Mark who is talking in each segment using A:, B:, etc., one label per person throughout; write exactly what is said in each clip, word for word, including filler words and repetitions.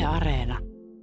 A: Areena.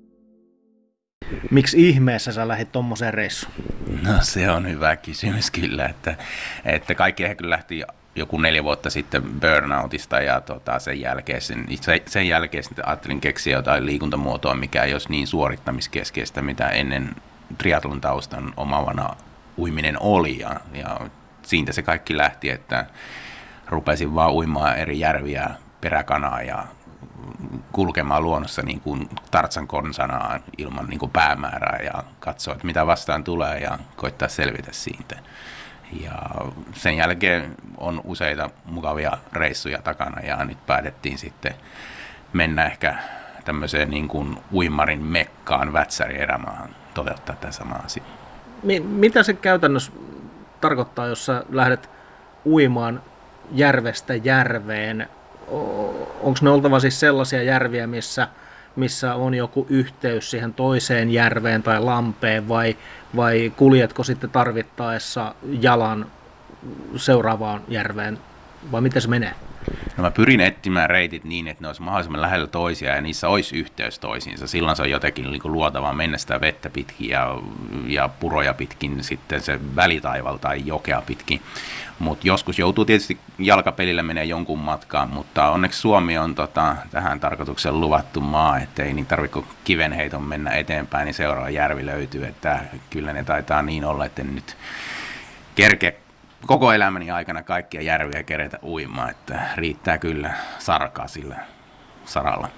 B: Miksi ihmeessä sä lähdit tommoseen reissuun?
C: No se on hyvä kysymys kyllä, että, että kaikki ehkä kyllä lähti joku neljä vuotta sitten burnoutista ja tota, sen, jälkeen, sen, sen jälkeen sitten ajattelin keksiä jotain liikuntamuotoa, mikä ei olisi niin suorittamiskeskeistä, mitä ennen triathlon taustan omavana uiminen oli ja, ja siitä se kaikki lähti, että rupesin vaan uimaan eri järviä peräkanaa ja kulkemaan luonnossa niin kuin Tarzan konsanaan ilman niin kuin päämäärää ja katsoa, että mitä vastaan tulee ja koittaa selvitä siitä. Ja sen jälkeen on useita mukavia reissuja takana ja nyt päätettiin sitten mennä ehkä tämmöiseen niin kuin uimarin mekkaan Vätsäri-erämaahan toteuttaa tämä sama asia.
B: Mitä se käytännössä tarkoittaa, jos sä lähdet uimaan järvestä järveen? Onko ne oltava siis sellaisia järviä, missä, missä on joku yhteys siihen toiseen järveen tai lampeen, vai, vai kuljetko sitten tarvittaessa jalan seuraavaan järveen, vai miten se menee?
C: No mä pyrin etsimään reitit niin, että ne olisi mahdollisimman lähellä toisiaan ja niissä olisi yhteys toisiinsa. Silloin se on jotenkin niin kuin luotavaa mennä sitä vettä pitkin ja, ja puroja pitkin, sitten se välitaival tai jokea pitkin. Mutta joskus joutuu tietysti jalkapelillä menee jonkun matkaan, mutta onneksi Suomi on tota, tähän tarkoituksen luvattu maa, ettei niin tarvitse kuin kivenheiton mennä eteenpäin, niin seuraava järvi löytyy. Että kyllä ne taitaa niin olla, että nyt kerke koko elämäni aikana kaikkia järviä kerätä uimaan, että riittää kyllä sarkaa sillä saralla.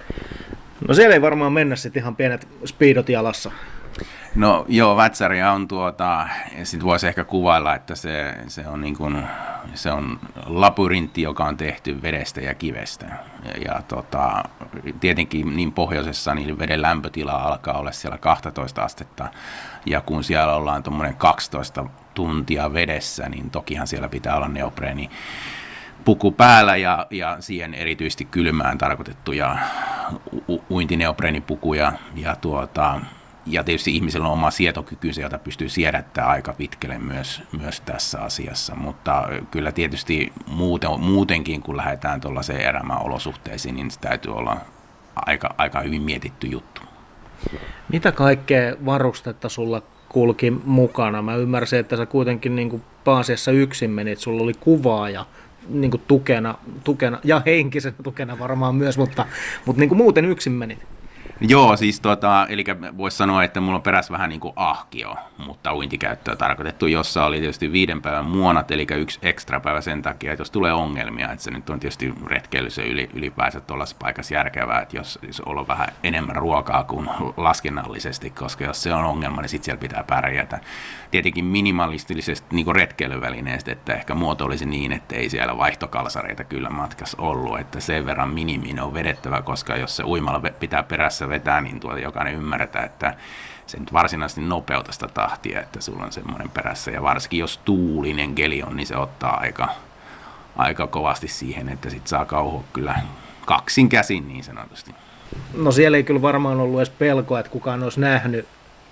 B: No siellä ei varmaan mennä sitten ihan pienet speedot jalassa.
C: No joo, Vätsäriä on tuota, sitten voisi ehkä kuvailla, että se, se, on niin kuin, se on labyrintti, joka on tehty vedestä ja kivestä. Ja, ja tota, tietenkin niin pohjoisessa niin veden lämpötila alkaa olla siellä kaksitoista astetta, ja kun siellä ollaan tuommoinen kaksitoista tuntia vedessä, niin tokihan siellä pitää olla neopreeni puku päällä ja, ja siihen erityisesti kylmään tarkoitettuja u- uintineopreenipukuja ja tuota, ja tietysti ihmisellä on oma sietokykynsä, jota pystyy siedättämään aika pitkälle myös, myös tässä asiassa, mutta kyllä tietysti muuten, muutenkin, kun lähdetään tuollaiseen erämaa-olosuhteisiin, niin se täytyy olla aika, aika hyvin mietitty juttu.
B: Mitä kaikkea varustetta sulla kulki mukana? Mä ymmärsin, että sä kuitenkin niin kuin pääasiassa yksin menit, sulla oli kuvaaja niin kuin tukena, tukena ja henkisenä tukena varmaan myös, mutta, mutta niin kuin muuten yksin menit.
C: Joo, siis tota, eli voisi sanoa, että mulla on perässä vähän niin kuin ahkio, mutta uintikäyttöä tarkoitettu, jossa oli tietysti viiden päivän muonat, eli yksi ekstra päivä sen takia, että jos tulee ongelmia, että se nyt on tietysti retkeilyssä yli, ylipäänsä tuollaisessa paikassa järkevää, että jos, jos on vähän enemmän ruokaa kuin laskennallisesti, koska jos se on ongelma, niin sitten siellä pitää pärjätä. Tietenkin minimalistisesta niin retkeilyvälineestä, että ehkä muoto olisi niin, että ei siellä vaihtokalsareita kyllä matkassa ollut, että sen verran minimiin on vedettävä, koska jos se uimalla pitää perässä vetää, niin tuota jokainen ymmärretään, että se nyt varsinaisesti nopeuta sitä tahtia, että sulla on semmoinen perässä. Ja varsinkin jos tuulinen keli on, niin se ottaa aika, aika kovasti siihen, että sit saa kauhoa kyllä kaksin käsin niin sanotusti.
B: No siellä ei kyllä varmaan ollut edes pelkoa, että kukaan olisi nähnyt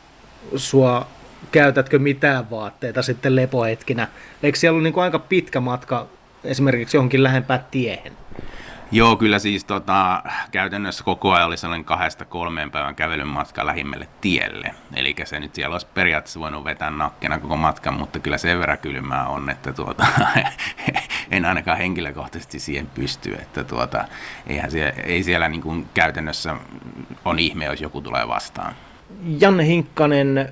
B: sua. Käytätkö mitään vaatteita sitten lepohetkinä? Eikö siellä ole niin kuin aika pitkä matka esimerkiksi johonkin lähempään tiehen?
C: Joo, kyllä siis tota, käytännössä koko ajan oli sellainen kahdesta kolmeen päivän kävelyn matka lähimmälle tielle. Eli se nyt siellä olisi periaatteessa voinut vetää nakkena koko matkan, mutta kyllä sen verran kylmää on, että tuota, en ainakaan henkilökohtaisesti siihen pysty. Että tuota, eihän siellä, ei siellä niin kuin käytännössä on ihme, jos joku tulee vastaan.
B: Janne Hinkkanen,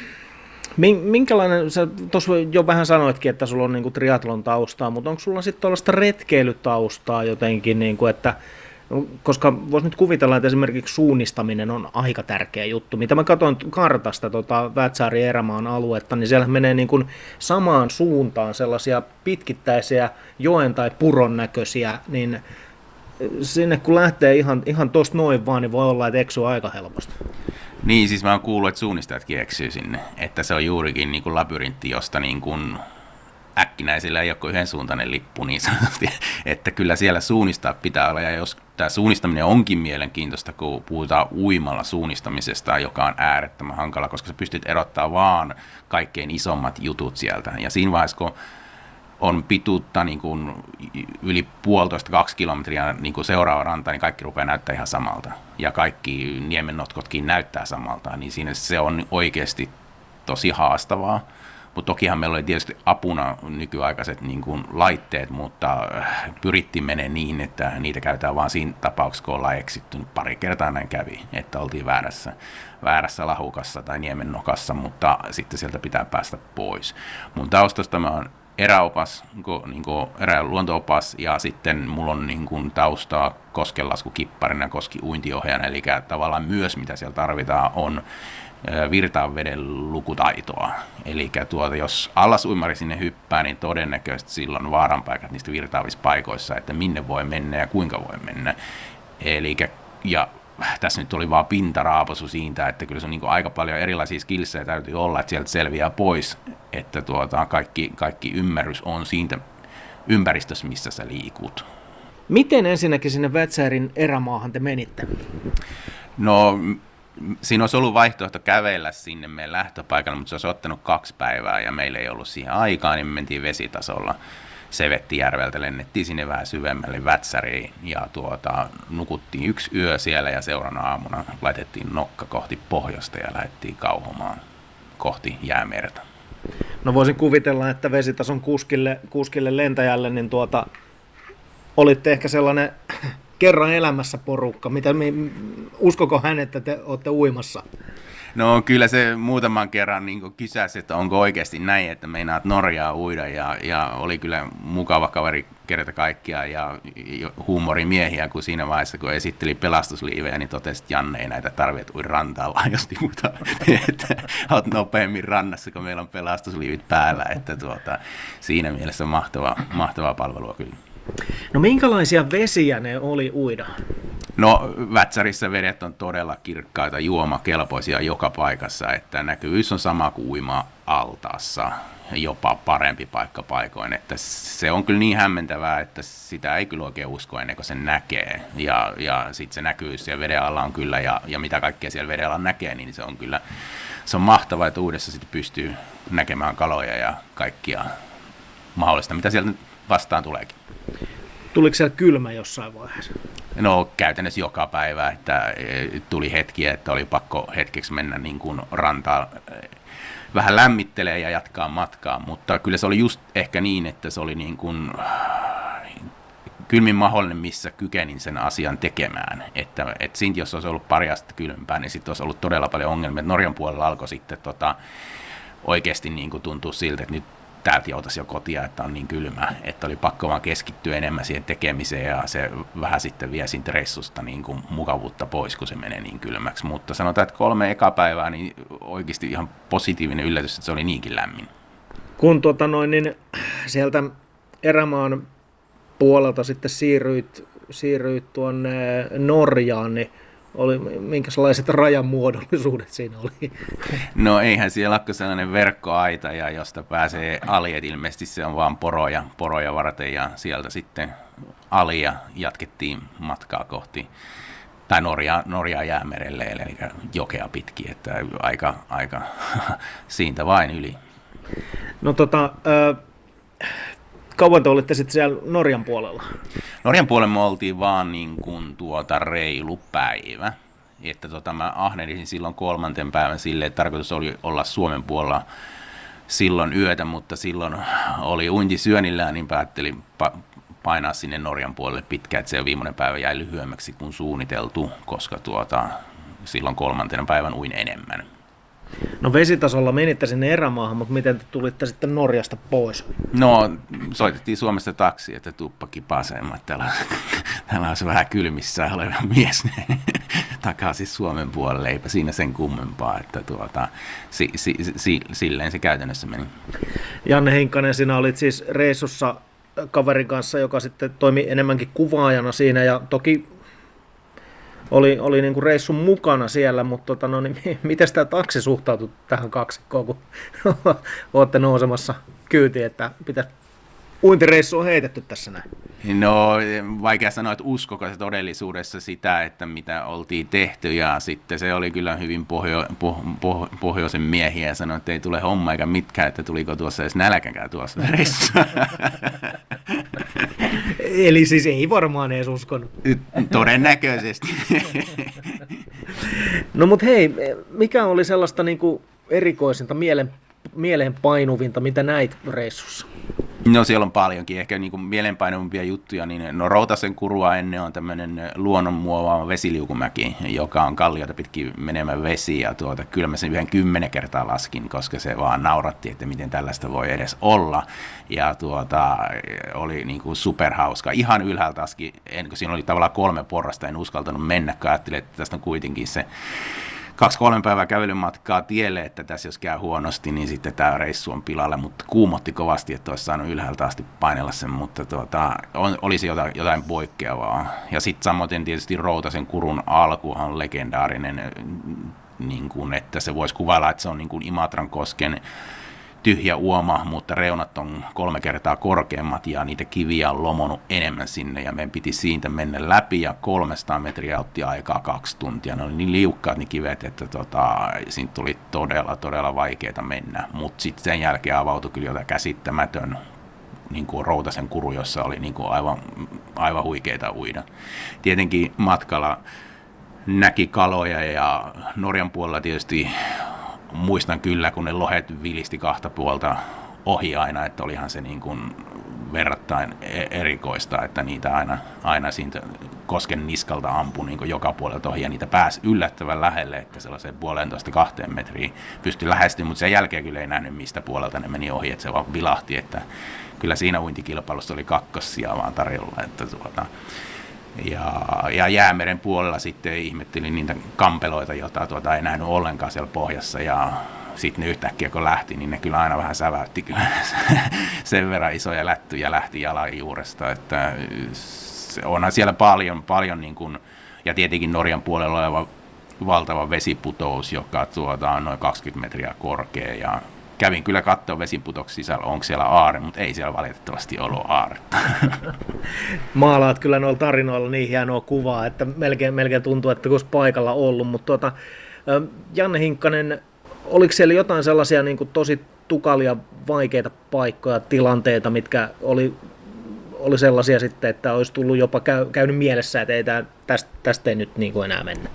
B: minkälainen, sä tuossa jo vähän sanoitkin, että sulla on niinku triathlon taustaa, mutta onko sulla sitten tuollaista retkeilytaustaa jotenkin, niinku, että, koska voisi nyt kuvitella, että esimerkiksi suunnistaminen on aika tärkeä juttu. Mitä mä katsoin kartasta tota Vätsäri-erämaan aluetta, niin siellä menee niinku samaan suuntaan sellaisia pitkittäisiä joen tai puron näköisiä, niin sinne kun lähtee ihan, ihan tosta noin vaan, niin voi olla, että eksyy aika helposti.
C: Niin, siis mä oon kuullut, että suunnistajatkin eksyy sinne, että se on juurikin niin kuin labyrintti, josta niin kuin äkkinäisillä ei ole kuin yhden suuntainen lippu niin sanotusti, että kyllä siellä suunnistaa pitää olla, ja jos tämä suunnistaminen onkin mielenkiintoista, kun puhutaan uimalla suunnistamisesta, joka on äärettömän hankala, koska sä pystyt erottaa vaan kaikkein isommat jutut sieltä, ja siinä vaiheessa, kun on pituutta niin kuin yli puolitoista kaksi kilometriä niin kuin seuraava ranta, niin kaikki rupeaa näyttää ihan samalta. Ja kaikki niemennotkotkin näyttää samalta, niin siinä se on oikeasti tosi haastavaa. Mutta tokihan meillä oli tietysti apuna nykyaikaiset niin kuin laitteet, mutta pyrittiin menee niin, että niitä käytetään vain siinä tapauksessa, kun ollaan eksitty. Pari kertaa näin kävi, että oltiin väärässä, väärässä lahukassa tai niemennokassa, mutta sitten sieltä pitää päästä pois. Mun taustasta mä oon eräopas, niin kuin eräluonto-opas, ja sitten mulla on niin kuin taustaa koskenlaskukipparina, koskiuintiohjaajana, eli tavallaan myös mitä siellä tarvitaan on virtaan veden lukutaitoa. Eli tuota, jos allasuimari sinne hyppää, niin todennäköisesti silloin vaaranpaikat niistä virtaavissa paikoissa, että minne voi mennä ja kuinka voi mennä. Eli, ja tässä nyt oli vaan pintaraapasu siitä, että kyllä se on niin kuin aika paljon erilaisia skillsejä täytyy olla, että sieltä selviää pois, että tuota, kaikki, kaikki ymmärrys on siitä ympäristössä, missä sä liikut.
B: Miten ensinnäkin sinne Wätsärin erämaahan te menitte?
C: No, siinä olisi ollut vaihtoehto kävellä sinne meidän lähtöpaikalle, mutta se olisi ottanut kaksi päivää ja meillä ei ollut siihen aikaa, niin me mentiin vesitasolla Sevettijärveltä, lennettiin sinne vähän syvemmälle Wätsäriin ja tuota, nukuttiin yksi yö siellä ja seuraavana aamuna laitettiin nokka kohti pohjoista ja lähdettiin kauhomaan kohti jäämerta.
B: No voisin kuvitella, että vesitason kuskille, kuskille lentäjälle, niin tuota, olitte ehkä sellainen kerran elämässä porukka. Mitä, uskoko hän, että te olette uimassa?
C: No kyllä se muutaman kerran niin kysäsi, että onko oikeasti näin, että meinaat Norjaa uida, ja, ja oli kyllä mukava kaveri kerta kaikkiaan ja huumorimiehiä, kun siinä vaiheessa, kun esitteli pelastusliivejä, niin totesi, että Janne ei näitä tarvitse ui rantaa laajosti, mutta että olet nopeammin rannassa, kun meillä on pelastusliivit päällä, että tuota, siinä mielessä mahtavaa, mahtavaa palvelua kyllä.
B: No minkälaisia vesiä ne oli uida?
C: No Wätsärissä vedet on todella kirkkaita, juomakelpoisia joka paikassa, että näkyvyys on sama kuin uima-altaassa, jopa parempi paikka paikoin, että se on kyllä niin hämmentävää, että sitä ei kyllä oikein usko ennen kuin sen näkee, ja, ja sitten se näkyvyys siellä veden alla on kyllä, ja, ja mitä kaikkea siellä veden alla näkee, niin se on kyllä, se on mahtavaa, että uudessa sitten pystyy näkemään kaloja ja kaikkia mahdollista, mitä sieltä vastaan tuleekin.
B: Tuliko siellä kylmä jossain vaiheessa?
C: No käytännössä joka päivä, että tuli hetkiä, että oli pakko hetkeksi mennä niin kuin rantaan vähän lämmittelee ja jatkaa matkaa, mutta kyllä se oli just ehkä niin, että se oli niin kuin kylmin mahdollinen, missä kykenin sen asian tekemään. Että, että siitä, jos olisi ollut pari astetta kylmempää, niin sitten olisi ollut todella paljon ongelmia. Norjan puolella alkoi sitten tota, oikeasti niin kuin tuntua siltä, että nyt täältä joutasi jo kotia, että on niin kylmä, että oli pakko vaan keskittyä enemmän siihen tekemiseen ja se vähän sitten vie siitä reissusta niin kuin mukavuutta pois, kun se menee niin kylmäksi. Mutta sanotaan, että kolme eka päivää, niin oikeasti ihan positiivinen yllätys, että se oli niinkin lämmin.
B: Kun tuota noin, niin sieltä erämaan puolelta sitten siirryit, siirryit tuonne Norjaan, niin oli, minkälaiset rajamuodollisuudet siinä oli?
C: No eihän siellä ole sellainen verkkoaita, ja josta pääsee ali, et ilmeisesti se on vaan poroja, poroja varten, ja sieltä sitten ali ja jatkettiin matkaa kohti, tai Norjaa, Norjaa jäämerelle, eli jokea pitkin, että aika, aika siitä vain yli.
B: No tota, äh, kauan te olitte sitten siellä Norjan puolella?
C: Norjan puolella me oltiin vaan niin kuin tuota reilu päivä. Että tota, mä ahnedin silloin kolmanten päivän silleen, että tarkoitus oli olla Suomen puolella silloin yötä, mutta silloin oli uinti syönnillään, niin päättelin pa- painaa sinne Norjan puolelle pitkään, että se viimeinen päivä jäi lyhyemmäksi kuin suunniteltu, koska tuota, silloin kolmantena päivän uin enemmän.
B: No vesitasolla menitte sinne erämaahan, mutta miten te tulitte sitten Norjasta pois?
C: No soitettiin Suomesta taksi, että tuppa kipaseen, että täällä, täällä olisi vähän kylmissä oleva mies takaisin Suomen puolelle, eipä siinä sen kummempaa, että tuota, si, si, si, silleen se käytännössä meni.
B: Janne Hinkkanen, sinä olit siis reissussa kaverin kanssa, joka sitten toimi enemmänkin kuvaajana siinä ja toki oli, oli niin kuin reissun mukana siellä, mutta tota, no, niin, miten tämä taksi suhtautui tähän kaksikkoon, kun olette nousemassa kyytiin, että pitäisi uintireissu on heitetty tässä näin?
C: No, vaikea sanoa, että uskoko se todellisuudessa sitä, että mitä oltiin tehty, ja sitten se oli kyllä hyvin pohjo, poh, poh, pohjoisen miehiä, ja sanoi, että ei tule homma eikä mitkään, että tuliko tuossa edes nälkäkään tuossa reissussa.
B: Eli siis ei varmaan edes uskonut.
C: Todennäköisesti.
B: No mut hei, mikä oli sellaista niinku erikoisinta, mielen, mieleen painuvinta, mitä näit reissussa?
C: No siellä on paljonkin, ehkä niin kuin mielenpainuvimpia juttuja, niin no Routasen kurua ennen on tämmöinen luonnonmuovaama vesiliukumäki, joka on kallioita pitkin menemään vesi, ja tuota, kyllä mä sen yhden kymmenen kertaa laskin, koska se vaan nauratti, että miten tällaista voi edes olla, ja tuota, oli niin kuin superhauska. Ihan ylhäältä askin, kun siinä oli tavallaan kolme porrasta, en uskaltanut mennä, kun ajattelin, että tästä on kuitenkin se kaksi kolmen päivää kävelymatkaa tielle, että tässä jos käy huonosti, niin sitten tämä reissu on pilalle, mutta kuumotti kovasti, että olisi saanut ylhäältä asti painella sen, mutta tuota, on, olisi jotain, jotain poikkeavaa. Ja sitten samoin tietysti Routasen kurun alku on legendaarinen, niin kuin, että se voisi kuvailla, että se on niin kuin Imatran kosken tyhjä uoma, mutta reunat on kolme kertaa korkeammat ja niitä kiviä on lomonut enemmän sinne ja meidän piti siitä mennä läpi ja kolmesataa metriä otti aikaa kaksi tuntia. Ne oli niin liukkaat ne kivet, että tota, siinä tuli todella, todella vaikeaa mennä, mutta sitten sen jälkeen avautui kyllä jotain käsittämätön niin kuin Routasen kuru, jossa oli niin kuin aivan, aivan huikeita uida. Tietenkin matkalla näki kaloja ja Norjan puolella tietysti muistan kyllä, kun ne lohet vilisti kahta puolta ohi aina, että olihan se niin kuin verrattain erikoista, että niitä aina, aina siitä kosken niskalta ampui niin kuin joka puolelta ohi, ja niitä pääsi yllättävän lähelle, että sellaiseen puolentoista kahteen metriin pystyi lähestymään, mutta sen jälkeen kyllä ei nähnyt, mistä puolelta ne meni ohi, että se vaan vilahti, että kyllä siinä uintikilpailussa oli kakkosia vaan tarjolla, että tuota, Ja, ja Jäämeren puolella sitten ihmettelin niitä kampeloita, joita tuota ei nähnyt ollenkaan siellä pohjassa, ja sitten ne yhtäkkiä kun lähti, niin ne kyllä aina vähän säväytti kyllä sen verran isoja lättyjä lähti jalan juuresta, että onhan siellä paljon, paljon niin kuin, ja tietenkin Norjan puolella oleva valtava vesiputous, joka tuota on noin kaksikymmentä metriä korkea, ja kävin kyllä katsoa vesiputoksen sisällä, onko siellä aare, mutta ei siellä valitettavasti ollut aaretta.
B: Maalaat kyllä noilla tarinoilla niin hienoa kuvaa, että melkein, melkein tuntuu, että olisi paikalla ollut. Mutta tuota, Janne Hinkkanen, oliko siellä jotain sellaisia niin kuin tosi tukalia, vaikeita paikkoja, tilanteita, mitkä oli, oli sellaisia sitten, että olisi tullut jopa käy, käynyt mielessä, että ei tämä, tästä, tästä ei nyt niin kuin enää mennä?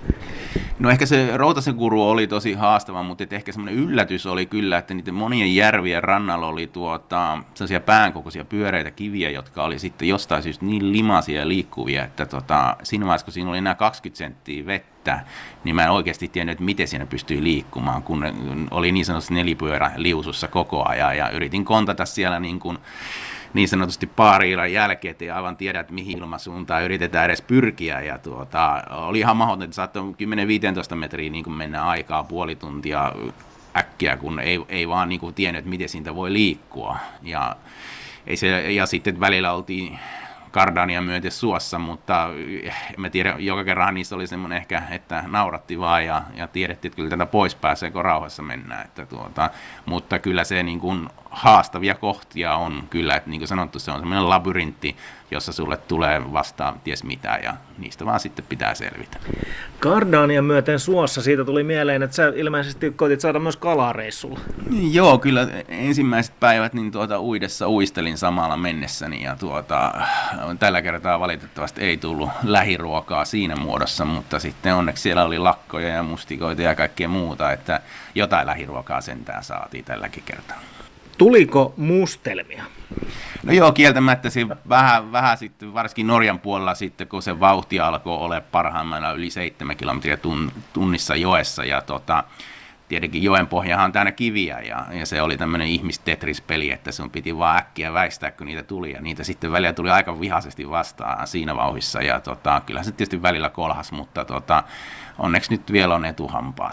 C: No ehkä se Routasen kuru oli tosi haastava, mutta ehkä semmoinen yllätys oli kyllä, että niiden monien järvien rannalla oli tuota, sellaisia päänkokoisia pyöreitä kiviä, jotka oli sitten jostain syystä niin limaisia ja liikkuvia, että tota, siinä vaiheessa, kun siinä oli nämä kaksikymmentä senttiä vettä, niin mä en oikeasti tiennyt, että miten siinä pystyi liikkumaan, kun oli niin sanotusti nelipyörä liusussa koko ajan, ja yritin kontata siellä niin kuin niin sanotusti paari-illan jälkeen, ettei aivan tiedä, että mihin ilmasuuntaan yritetään edes pyrkiä. Ja tuota, oli ihan mahdotonta, että saattoi kymmenen viisitoista metriä niin kuin mennä aikaa puoli tuntia äkkiä, kun ei, ei vaan niin kuin tiennyt, että miten siitä voi liikkua. Ja, ei se, ja sitten välillä oltiin Kardania myöten suossa, mutta en tiedä, joka kerran niissä oli semmoinen ehkä, että nauratti vaan ja, ja tiedettiin, että kyllä tätä pois pääsee, kun rauhassa mennään. Että tuota, mutta kyllä se niin kuin haastavia kohtia on kyllä, että niin kuin sanottu, se on semmoinen labyrintti, jossa sulle tulee vastaan ties mitä, ja niistä vaan sitten pitää selvitä.
B: Kardania myöten suossa, siitä tuli mieleen, että sä ilmeisesti koitit saada myös kalareissulla.
C: Joo, kyllä ensimmäiset päivät niin tuota, uidessa uistelin samalla mennessäni, ja tuota, tällä kertaa valitettavasti ei tullut lähiruokaa siinä muodossa, mutta sitten onneksi siellä oli lakkoja ja mustikoita ja kaikkea muuta, että jotain lähiruokaa sentään saatiin tälläkin kertaa.
B: Tuliko mustelmia?
C: No joo, kieltämättä se vähän, vähän sitten, varsinkin Norjan puolella sitten, kun se vauhti alkoi olla parhaimmillaan yli seitsemän kilometriä tunnissa joessa, ja tota, tietenkin joen pohjahan on täynnä kiviä, ja, ja se oli tämmöinen ihmistetris-peli, että sun piti vaan äkkiä väistää, kun niitä tuli, ja niitä sitten välillä tuli aika vihaisesti vastaan siinä vauhissa, ja tota, kyllä se tietysti välillä kolhas, mutta tota, onneksi nyt vielä on etuhampaat.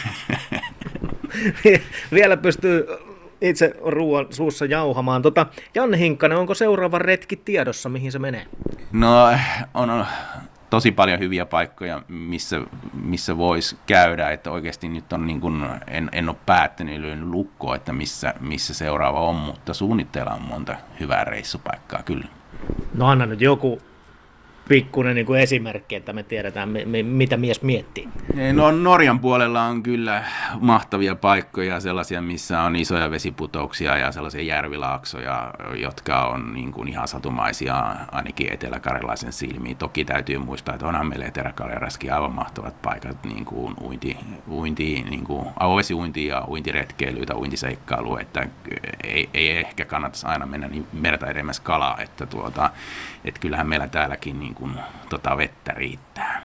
B: Vielä pystyy itse ruoan suussa jauhamaan. Tota, Janne Hinkkanen, onko seuraava retki tiedossa, mihin se menee?
C: No, on tosi paljon hyviä paikkoja, missä, missä voisi käydä, että oikeasti nyt on niin kuin, en, en ole päättänyt lyönyt lukkoa, että missä, missä seuraava on, mutta suunnitteilla on monta hyvää reissupaikkaa kyllä.
B: No anna nyt joku pikkuinen niin kuin esimerkki, että me tiedetään, me, me, mitä mies miettii.
C: No, Norjan puolella on kyllä mahtavia paikkoja, sellaisia, missä on isoja vesiputouksia ja sellaisia järvilaaksoja, jotka on niin kuin ihan satumaisia ainakin eteläkarjalaisen silmiin. Toki täytyy muistaa, että onhan meillä Etelä-Karjalassakin aivan mahtavat paikat, niin kuin uinti, uinti, niin kuin avovesiuinti ja uintiretkeilyitä, uintiseikkailu, että ei, ei ehkä kannattaisi aina mennä niin merta edemmäs kalaa, että, tuota, että kyllähän meillä täälläkin niin kun, tota vettä riittää.